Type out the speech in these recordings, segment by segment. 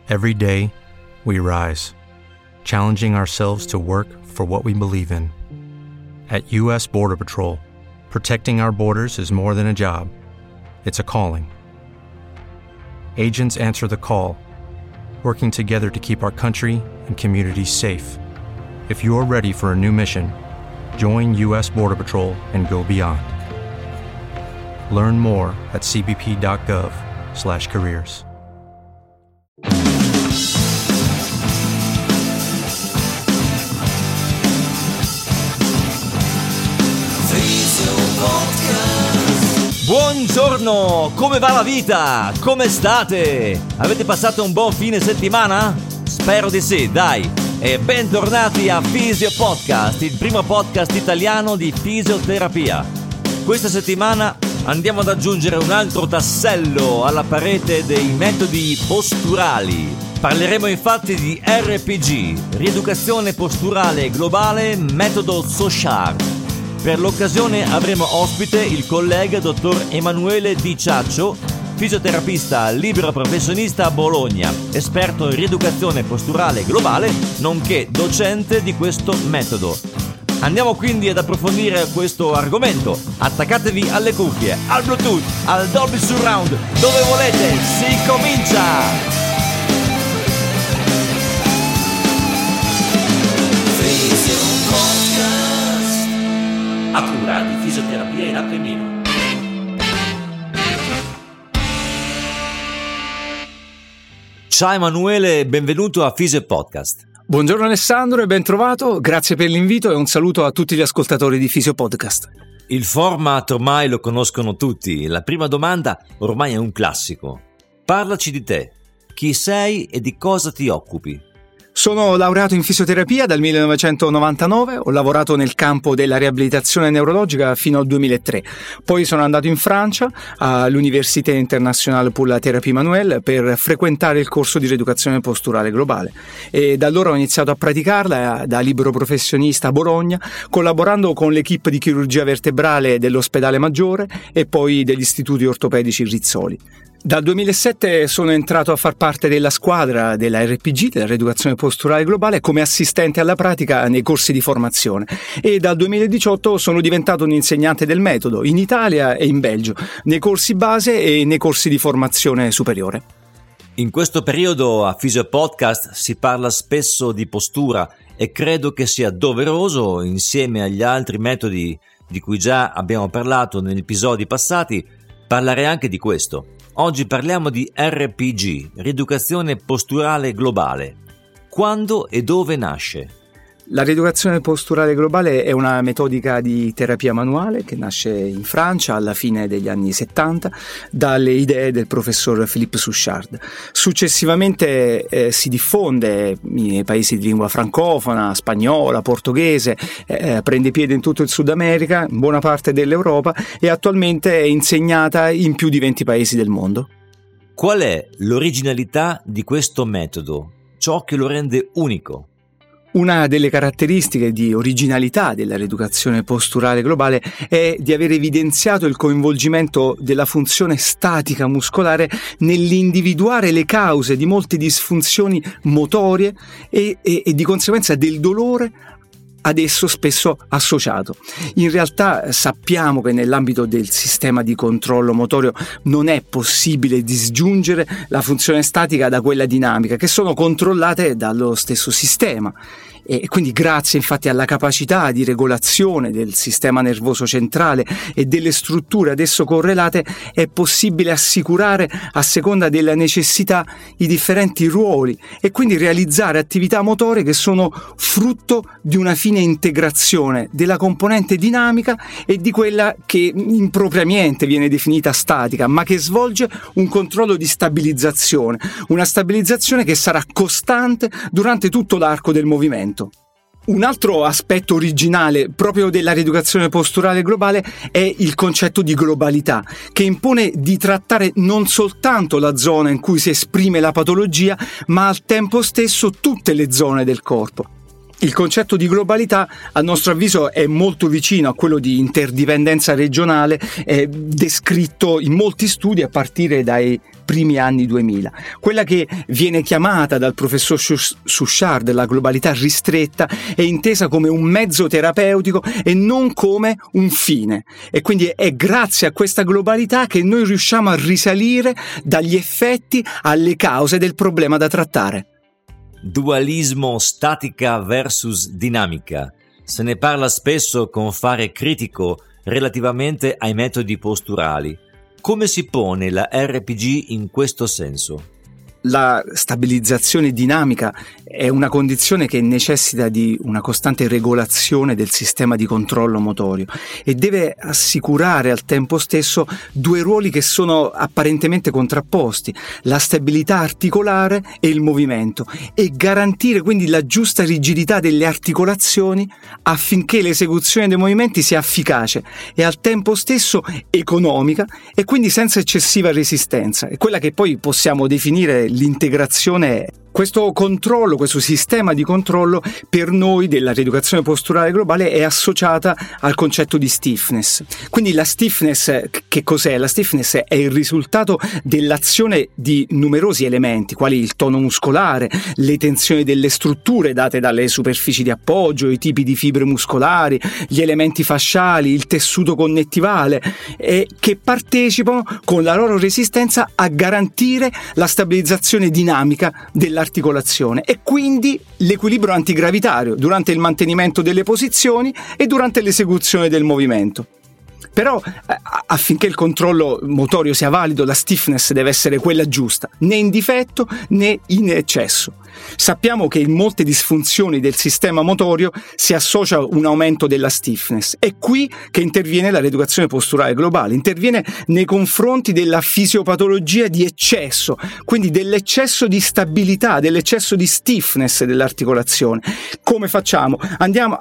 Every day, we rise, challenging ourselves to work for what we believe in. At U.S. Border Patrol, protecting our borders is more than a job. It's a calling. Agents answer the call, working together to keep our country and communities safe. If you're ready for a new mission, join U.S. Border Patrol and go beyond. Learn more at cbp.gov/careers. Buongiorno, come va la vita? Come state? Avete passato un buon fine settimana? Spero di sì, dai! E bentornati a Fisio Podcast, il primo podcast italiano di fisioterapia. Questa settimana andiamo ad aggiungere un altro tassello alla parete dei metodi posturali. Parleremo infatti di RPG, rieducazione posturale globale, metodo Sochart. Per l'occasione avremo ospite il collega dottor Emanuele Di Ciaccio, fisioterapista libero professionista a Bologna, esperto in rieducazione posturale globale, nonché docente di questo metodo. Andiamo quindi ad approfondire questo argomento. Attaccatevi alle cuffie, al Bluetooth, al Dolby Surround, dove volete, si comincia! A cura di Fisioterapia in Appennino. Ciao Emanuele, benvenuto a Fisio Podcast. Buongiorno Alessandro e ben trovato, grazie per l'invito e un saluto a tutti gli ascoltatori di Fisio Podcast. Il format ormai lo conoscono tutti, la prima domanda ormai è un classico. Parlaci di te, chi sei e di cosa ti occupi? Sono laureato in fisioterapia dal 1999, ho lavorato nel campo della riabilitazione neurologica fino al 2003. Poi sono andato in Francia all'Université Internationale pour la Thérapie Manuelle per frequentare il corso di rieducazione posturale globale e da allora ho iniziato a praticarla da libero professionista a Bologna, collaborando con l'equipe di chirurgia vertebrale dell'Ospedale Maggiore e poi degli istituti ortopedici Rizzoli. Dal 2007 sono entrato a far parte della squadra della RPG, della rieducazione posturale globale, come assistente alla pratica nei corsi di formazione e dal 2018 sono diventato un insegnante del metodo in Italia e in Belgio, nei corsi base e nei corsi di formazione superiore. In questo periodo a Fisio Podcast si parla spesso di postura e credo che sia doveroso, insieme agli altri metodi di cui già abbiamo parlato negli episodi passati, parlare anche di questo. Oggi parliamo di RPG, rieducazione posturale globale. Quando e dove nasce? La rieducazione posturale globale è una metodica di terapia manuale che nasce in Francia alla fine degli anni 70 dalle idee del professor Philippe Sochart. Successivamente si diffonde nei paesi di lingua francofona, spagnola, portoghese, prende piede in tutto il Sud America, in buona parte dell'Europa e attualmente è insegnata in più di 20 paesi del mondo. Qual è l'originalità di questo metodo? Ciò che lo rende unico? Una delle caratteristiche di originalità della rieducazione posturale globale è di aver evidenziato il coinvolgimento della funzione statica muscolare nell'individuare le cause di molte disfunzioni motorie e di conseguenza del dolore ad esso spesso associato. In realtà sappiamo che nell'ambito del sistema di controllo motorio non è possibile disgiungere la funzione statica da quella dinamica, che sono controllate dallo stesso sistema. E quindi grazie infatti alla capacità di regolazione del sistema nervoso centrale e delle strutture ad esso correlate è possibile assicurare a seconda della necessità i differenti ruoli e quindi realizzare attività motorie che sono frutto di una fine integrazione della componente dinamica e di quella che impropriamente viene definita statica, ma che svolge un controllo di stabilizzazione, una stabilizzazione che sarà costante durante tutto l'arco del movimento. Un altro aspetto originale proprio della rieducazione posturale globale è il concetto di globalità, che impone di trattare non soltanto la zona in cui si esprime la patologia, ma al tempo stesso tutte le zone del corpo. Il concetto di globalità, a nostro avviso, è molto vicino a quello di interdipendenza regionale, descritto in molti studi a partire dai primi anni 2000. Quella che viene chiamata dal professor Suchard la globalità ristretta è intesa come un mezzo terapeutico e non come un fine. E quindi è grazie a questa globalità che noi riusciamo a risalire dagli effetti alle cause del problema da trattare. Dualismo statica versus dinamica. Se ne parla spesso con fare critico relativamente ai metodi posturali. Come si pone la RPG in questo senso? La stabilizzazione dinamica è una condizione che necessita di una costante regolazione del sistema di controllo motorio e deve assicurare al tempo stesso due ruoli che sono apparentemente contrapposti, la stabilità articolare e il movimento, e garantire quindi la giusta rigidità delle articolazioni affinché l'esecuzione dei movimenti sia efficace e al tempo stesso economica e quindi senza eccessiva resistenza. È quella che poi possiamo definire l'integrazione. Questo controllo, questo sistema di controllo per noi della rieducazione posturale globale è associata al concetto di stiffness. Quindi la stiffness, che cos'è? La stiffness è il risultato dell'azione di numerosi elementi, quali il tono muscolare, le tensioni delle strutture date dalle superfici di appoggio, i tipi di fibre muscolari, gli elementi fasciali, il tessuto connettivale, che partecipano con la loro resistenza a garantire la stabilizzazione dinamica dell'articolazione e quindi l'equilibrio antigravitario durante il mantenimento delle posizioni e durante l'esecuzione del movimento. Però affinché il controllo motorio sia valido, la stiffness deve essere quella giusta, né in difetto né in eccesso. Sappiamo che in molte disfunzioni del sistema motorio si associa un aumento della stiffness. È qui che interviene la rieducazione posturale globale, interviene nei confronti della fisiopatologia di eccesso, quindi dell'eccesso di stabilità, dell'eccesso di stiffness dell'articolazione. Come facciamo? Andiamo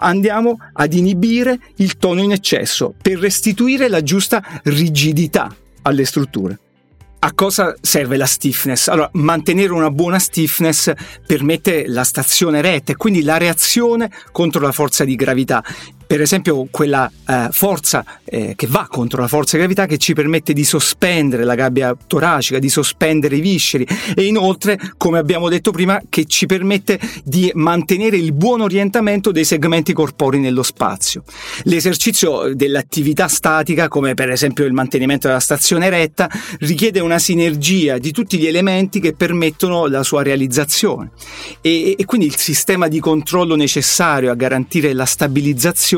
ad inibire il tono in eccesso per restituire la giusta rigidità alle strutture. A cosa serve la stiffness? Allora, mantenere una buona stiffness permette la stazione retta e quindi la reazione contro la forza di gravità. Per esempio quella forza che va contro la forza di gravità che ci permette di sospendere la gabbia toracica, di sospendere i visceri e inoltre, come abbiamo detto prima, che ci permette di mantenere il buon orientamento dei segmenti corporei nello spazio. L'esercizio dell'attività statica, come per esempio il mantenimento della stazione retta, richiede una sinergia di tutti gli elementi che permettono la sua realizzazione e quindi il sistema di controllo necessario a garantire la stabilizzazione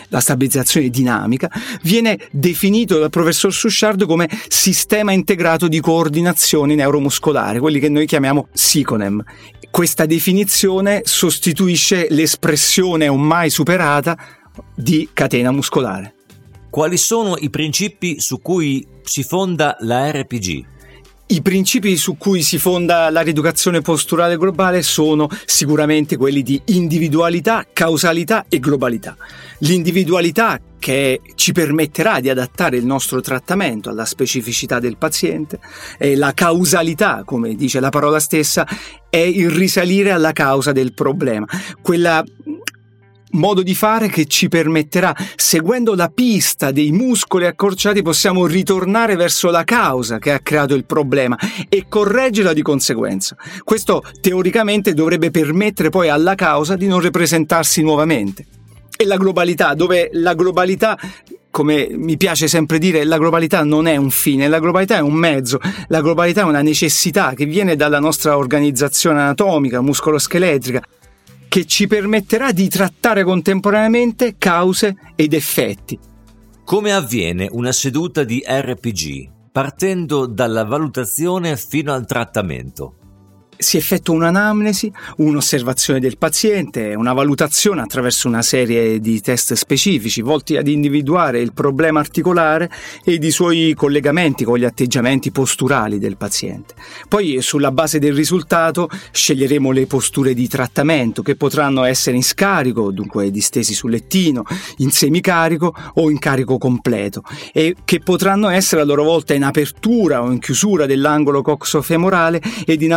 dinamica viene definito dal professor Suchard come sistema integrato di coordinazione neuromuscolare, quelli che noi chiamiamo SICONEM. Questa definizione sostituisce l'espressione ormai superata di catena muscolare. Quali sono i principi su cui si fonda la RPG? I principi su cui si fonda la rieducazione posturale globale sono sicuramente quelli di individualità, causalità e globalità. L'individualità che ci permetterà di adattare il nostro trattamento alla specificità del paziente e la causalità, come dice la parola stessa, è il risalire alla causa del problema. Quella modo di fare che ci permetterà, seguendo la pista dei muscoli accorciati, possiamo ritornare verso la causa che ha creato il problema e correggerla di conseguenza. Questo teoricamente dovrebbe permettere poi alla causa di non ripresentarsi nuovamente. E la globalità, dove la globalità, come mi piace sempre dire, la globalità non è un fine, la globalità è un mezzo, la globalità è una necessità che viene dalla nostra organizzazione anatomica, muscoloscheletrica, che ci permetterà di trattare contemporaneamente cause ed effetti. Come avviene una seduta di RPG, partendo dalla valutazione fino al trattamento? Si effettua un'anamnesi, un'osservazione del paziente, una valutazione attraverso una serie di test specifici volti ad individuare il problema articolare ed i suoi collegamenti con gli atteggiamenti posturali del paziente. Poi, sulla base del risultato, sceglieremo le posture di trattamento che potranno essere in scarico, dunque distesi sul lettino, in semicarico o in carico completo, e che potranno essere a loro volta in apertura o in chiusura dell'angolo coxofemorale ed in apertura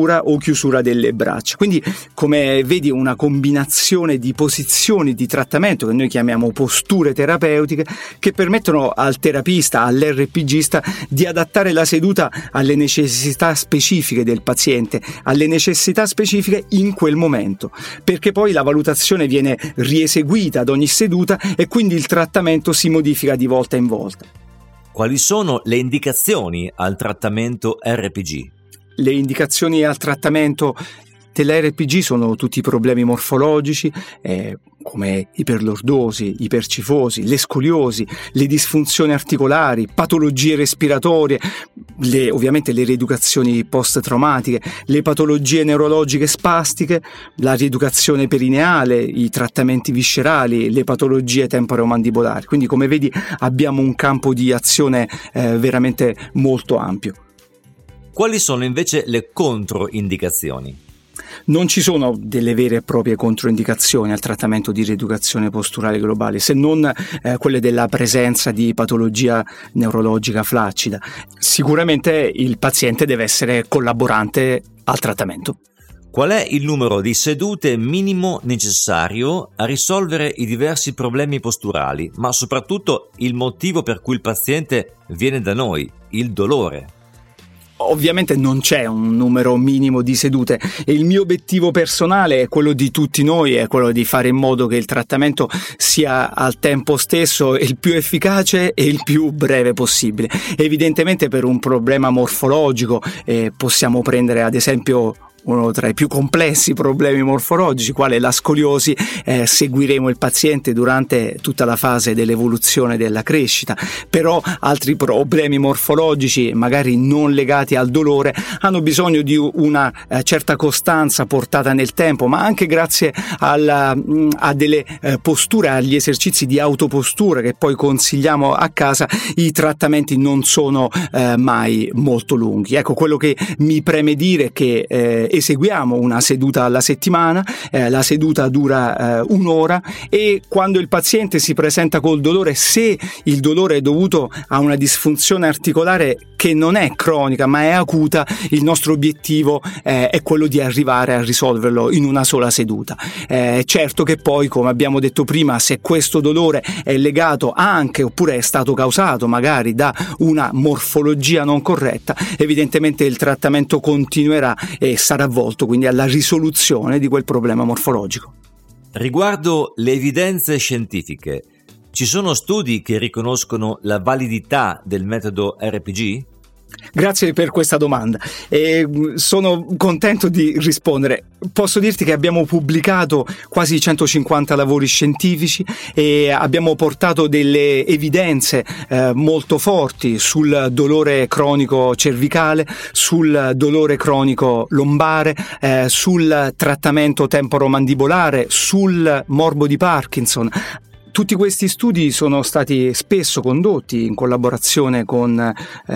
apertura o chiusura delle braccia. Quindi, come vedi, una combinazione di posizioni di trattamento che noi chiamiamo posture terapeutiche, che permettono al terapista, all'RPGista, di adattare la seduta alle necessità specifiche del paziente, alle necessità specifiche in quel momento, perché poi la valutazione viene rieseguita ad ogni seduta e quindi il trattamento si modifica di volta in volta. Quali sono le indicazioni al trattamento RPG? Le indicazioni al trattamento dell'RPG sono tutti i problemi morfologici, come iperlordosi, ipercifosi, le scoliosi, le disfunzioni articolari, patologie respiratorie, ovviamente le rieducazioni post-traumatiche, le patologie neurologiche spastiche, la rieducazione perineale, i trattamenti viscerali, le patologie temporomandibolari. Quindi, come vedi, abbiamo un campo di azione veramente molto ampio. Quali sono invece le controindicazioni? Non ci sono delle vere e proprie controindicazioni al trattamento di rieducazione posturale globale, se non quelle della presenza di patologia neurologica flaccida. Sicuramente il paziente deve essere collaborante al trattamento. Qual è il numero di sedute minimo necessario a risolvere i diversi problemi posturali, ma soprattutto il motivo per cui il paziente viene da noi, il dolore? Ovviamente non c'è un numero minimo di sedute e il mio obiettivo personale è quello di tutti noi, è quello di fare in modo che il trattamento sia al tempo stesso il più efficace e il più breve possibile. Evidentemente per un problema morfologico possiamo prendere ad esempio uno tra i più complessi problemi morfologici, quale la scoliosi. Seguiremo il paziente durante tutta la fase dell'evoluzione della crescita, però altri problemi morfologici magari non legati al dolore hanno bisogno di una certa costanza portata nel tempo, ma anche grazie a delle posture, agli esercizi di autopostura che poi consigliamo a casa, i trattamenti non sono mai molto lunghi. Ecco, quello che mi preme dire è che eseguiamo una seduta alla settimana, la seduta dura un'ora, e quando il paziente si presenta col dolore, se il dolore è dovuto a una disfunzione articolare che non è cronica ma è acuta, il nostro obiettivo è quello di arrivare a risolverlo in una sola seduta. Certo che poi, come abbiamo detto prima, se questo dolore è legato anche oppure è stato causato magari da una morfologia non corretta, evidentemente il trattamento continuerà e sarà volto quindi alla risoluzione di quel problema morfologico. Riguardo le evidenze scientifiche, ci sono studi che riconoscono la validità del metodo RPG? Grazie per questa domanda e sono contento di rispondere. Posso dirti che abbiamo pubblicato quasi 150 lavori scientifici e abbiamo portato delle evidenze molto forti sul dolore cronico cervicale, sul dolore cronico lombare, sul trattamento temporomandibolare, sul morbo di Parkinson. Tutti questi studi sono stati spesso condotti in collaborazione con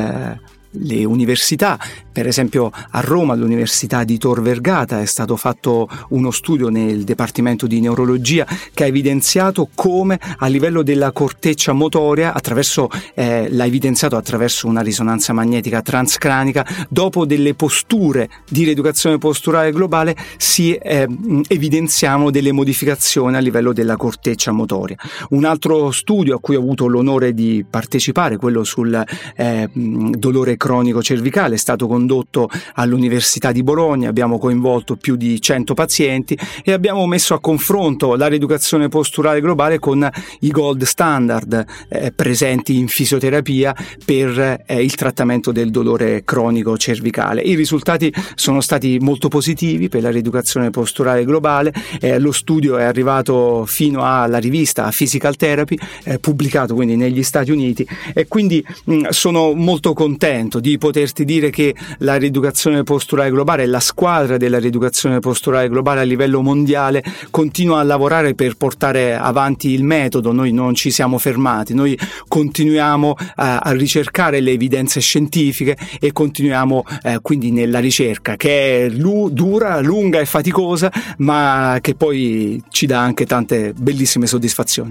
le università. Per esempio a Roma, all'Università di Tor Vergata, è stato fatto uno studio nel Dipartimento di Neurologia che ha evidenziato come a livello della corteccia motoria, l'ha evidenziato attraverso una risonanza magnetica transcranica, dopo delle posture di rieducazione posturale globale si evidenziano delle modificazioni a livello della corteccia motoria. Un altro studio a cui ho avuto l'onore di partecipare, quello sul dolore cronico cervicale, è stato condotto all'Università di Bologna. Abbiamo coinvolto più di 100 pazienti e abbiamo messo a confronto la rieducazione posturale globale con i gold standard presenti in fisioterapia per il trattamento del dolore cronico cervicale. I risultati sono stati molto positivi per la rieducazione posturale globale. Lo studio è arrivato fino alla rivista Physical Therapy, pubblicato quindi negli Stati Uniti, e quindi sono molto contento di poterti dire che la rieducazione posturale globale, la squadra della rieducazione posturale globale a livello mondiale continua a lavorare per portare avanti il metodo. Noi non ci siamo fermati, noi continuiamo a ricercare le evidenze scientifiche e continuiamo quindi nella ricerca che è dura, lunga e faticosa, ma che poi ci dà anche tante bellissime soddisfazioni.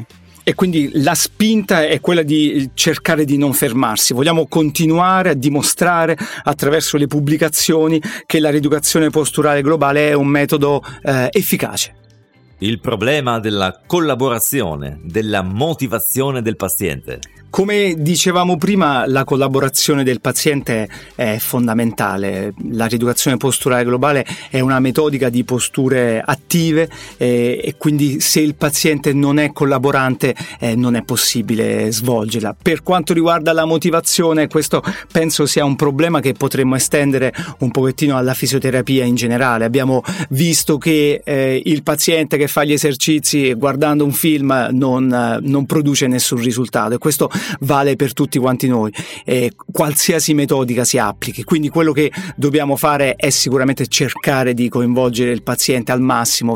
E quindi la spinta è quella di cercare di non fermarsi. Vogliamo continuare a dimostrare attraverso le pubblicazioni che la rieducazione posturale globale è un metodo efficace. Il problema della collaborazione, della motivazione del paziente. Come dicevamo prima, la collaborazione del paziente è fondamentale. La rieducazione posturale globale è una metodica di posture attive e quindi se il paziente non è collaborante non è possibile svolgerla. Per quanto riguarda la motivazione, questo penso sia un problema che potremmo estendere un pochettino alla fisioterapia in generale. Abbiamo visto che il paziente che fa gli esercizi guardando un film non produce nessun risultato, e questo vale per tutti quanti noi, qualsiasi metodica si applichi. Quindi quello che dobbiamo fare è sicuramente cercare di coinvolgere il paziente al massimo,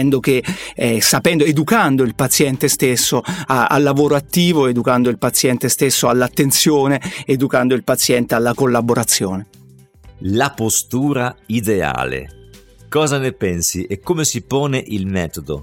educando il paziente stesso al lavoro attivo, educando il paziente stesso all'attenzione, educando il paziente alla collaborazione. La postura ideale. Cosa ne pensi e come si pone il metodo?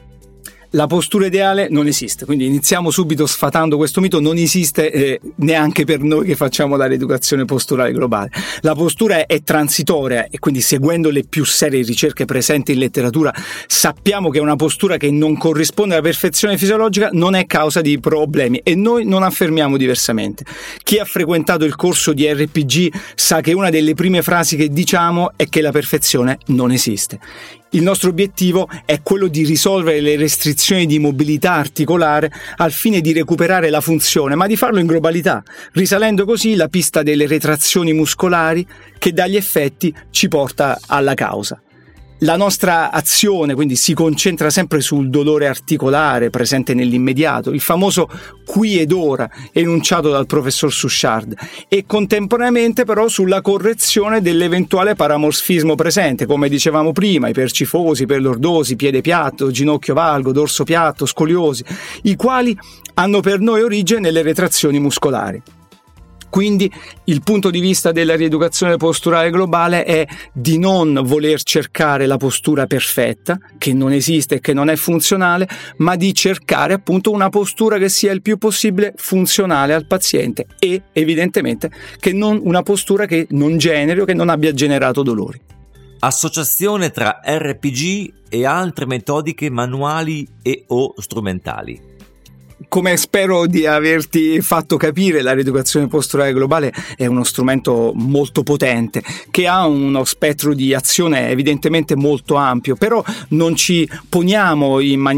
La postura ideale non esiste, quindi iniziamo subito sfatando questo mito. Non esiste neanche per noi che facciamo la rieducazione posturale globale. La postura è transitoria e quindi, seguendo le più serie ricerche presenti in letteratura, sappiamo che una postura che non corrisponde alla perfezione fisiologica non è causa di problemi, e noi non affermiamo diversamente. Chi ha frequentato il corso di RPG sa che una delle prime frasi che diciamo è che la perfezione non esiste. Il nostro obiettivo è quello di risolvere le restrizioni di mobilità articolare al fine di recuperare la funzione, ma di farlo in globalità, risalendo così la pista delle retrazioni muscolari che dagli effetti ci porta alla causa. La nostra azione quindi si concentra sempre sul dolore articolare presente nell'immediato, il famoso qui ed ora enunciato dal professor Suchard, e contemporaneamente però sulla correzione dell'eventuale paramorfismo presente, come dicevamo prima, ipercifosi, iperlordosi, piede piatto, ginocchio valgo, dorso piatto, scoliosi, i quali hanno per noi origine nelle retrazioni muscolari. Quindi il punto di vista della rieducazione posturale globale è di non voler cercare la postura perfetta, che non esiste e che non è funzionale, ma di cercare appunto una postura che sia il più possibile funzionale al paziente e evidentemente che non una postura che non generi o che non abbia generato dolori. Associazione tra RPG e altre metodiche manuali e o strumentali. Come spero di averti fatto capire, la rieducazione posturale globale è uno strumento molto potente che ha uno spettro di azione evidentemente molto ampio, però non ci poniamo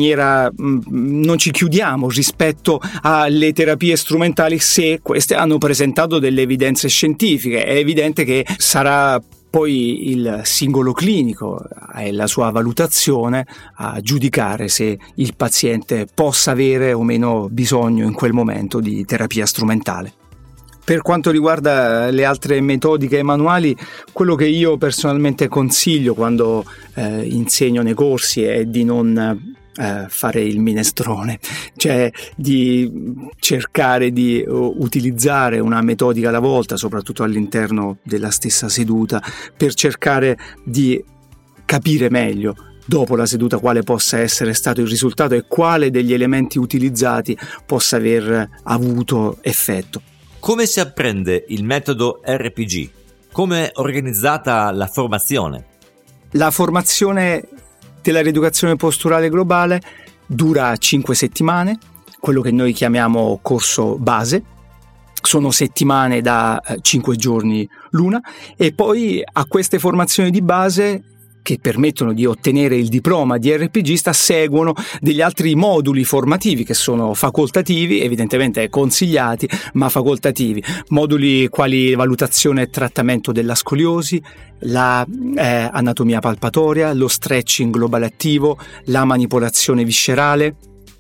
non ci chiudiamo rispetto alle terapie strumentali se queste hanno presentato delle evidenze scientifiche. È evidente che sarà poi il singolo clinico e la sua valutazione a giudicare se il paziente possa avere o meno bisogno in quel momento di terapia strumentale. Per quanto riguarda le altre metodiche manuali, quello che io personalmente consiglio quando insegno nei corsi è di non fare il minestrone, cioè di cercare di utilizzare una metodica alla volta, soprattutto all'interno della stessa seduta, per cercare di capire meglio dopo la seduta quale possa essere stato il risultato e quale degli elementi utilizzati possa aver avuto effetto. Come si apprende il metodo RPG? Come è organizzata la formazione? La formazione della rieducazione posturale globale dura 5 settimane, quello che noi chiamiamo corso base. Sono settimane da 5 giorni l'una, e poi a queste formazioni di base, che permettono di ottenere il diploma di RPGista, seguono degli altri moduli formativi che sono facoltativi, evidentemente consigliati, ma facoltativi. Moduli quali valutazione e trattamento della scoliosi, la anatomia palpatoria, lo stretching globale attivo, la manipolazione viscerale,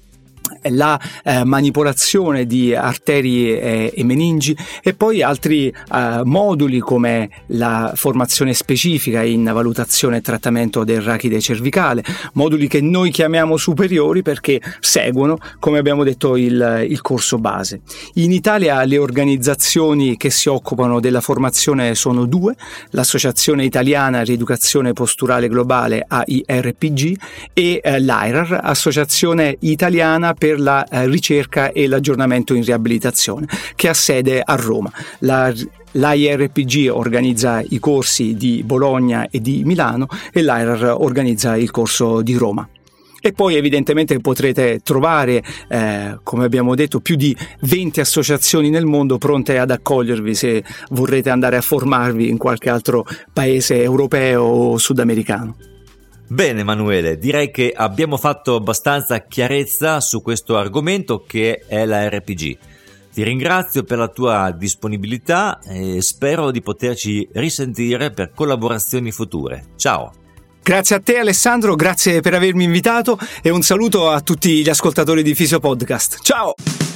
la manipolazione di arterie e meningi, e poi altri moduli come la formazione specifica in valutazione e trattamento del rachide cervicale, moduli che noi chiamiamo superiori perché seguono, come abbiamo detto, il corso base. In Italia le organizzazioni che si occupano della formazione sono due: l'Associazione Italiana Rieducazione Posturale Globale, AIRPG, e l'AIRAR, Associazione Italiana per la ricerca e l'aggiornamento in riabilitazione, che ha sede a Roma. L'IRPG organizza i corsi di Bologna e di Milano e l'IRAR organizza il corso di Roma. E poi evidentemente potrete trovare, come abbiamo detto, più di 20 associazioni nel mondo pronte ad accogliervi se vorrete andare a formarvi in qualche altro paese europeo o sudamericano. Bene Emanuele, direi che abbiamo fatto abbastanza chiarezza su questo argomento che è la RPG. Ti ringrazio per la tua disponibilità e spero di poterci risentire per collaborazioni future. Ciao! Grazie a te Alessandro, grazie per avermi invitato e un saluto a tutti gli ascoltatori di Fisio Podcast. Ciao!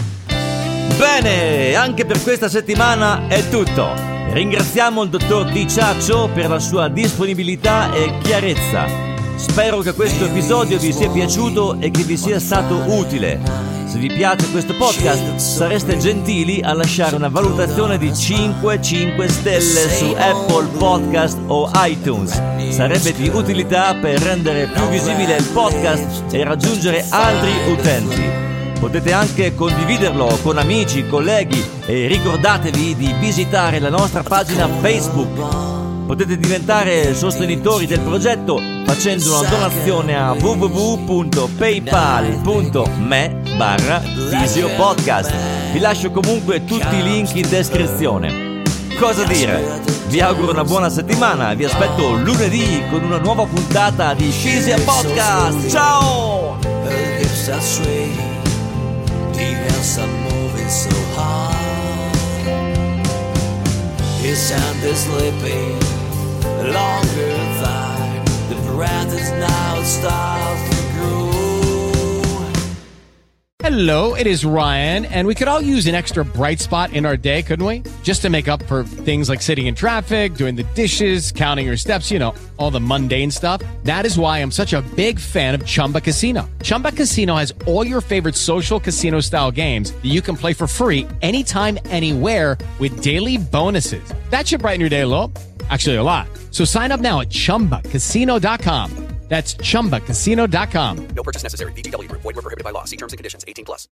Bene, anche per questa settimana è tutto. Ringraziamo il dottor Di Ciaccio per la sua disponibilità e chiarezza. Spero che questo episodio vi sia piaciuto e che vi sia stato utile. Se vi piace questo podcast, sareste gentili a lasciare una valutazione di 5 stelle su Apple Podcast o iTunes. Sarebbe di utilità per rendere più visibile il podcast e raggiungere altri utenti. Potete anche condividerlo con amici, colleghi e ricordatevi di visitare la nostra pagina Facebook. Potete diventare sostenitori del progetto facendo una donazione a www.paypal.me/Fisio-podcast. Vi lascio comunque tutti i link in descrizione. Cosa dire? Vi auguro una buona settimana e vi aspetto lunedì con una nuova puntata di Fisio Podcast. Ciao! Longer thigh, the breath is now starts to grow. Hello, it is Ryan, and we could all use an extra bright spot in our day, couldn't we? Just to make up for things like sitting in traffic, doing the dishes, counting your steps, you know, all the mundane stuff. That is why I'm such a big fan of Chumba Casino. Chumba Casino has all your favorite social casino-style games that you can play for free anytime, anywhere with daily bonuses. That should brighten your day a little. Actually, a lot. So sign up now at ChumbaCasino.com. That's ChumbaCasino.com. No purchase necessary. VGW Group. Void where prohibited by law. See terms and conditions. 18+.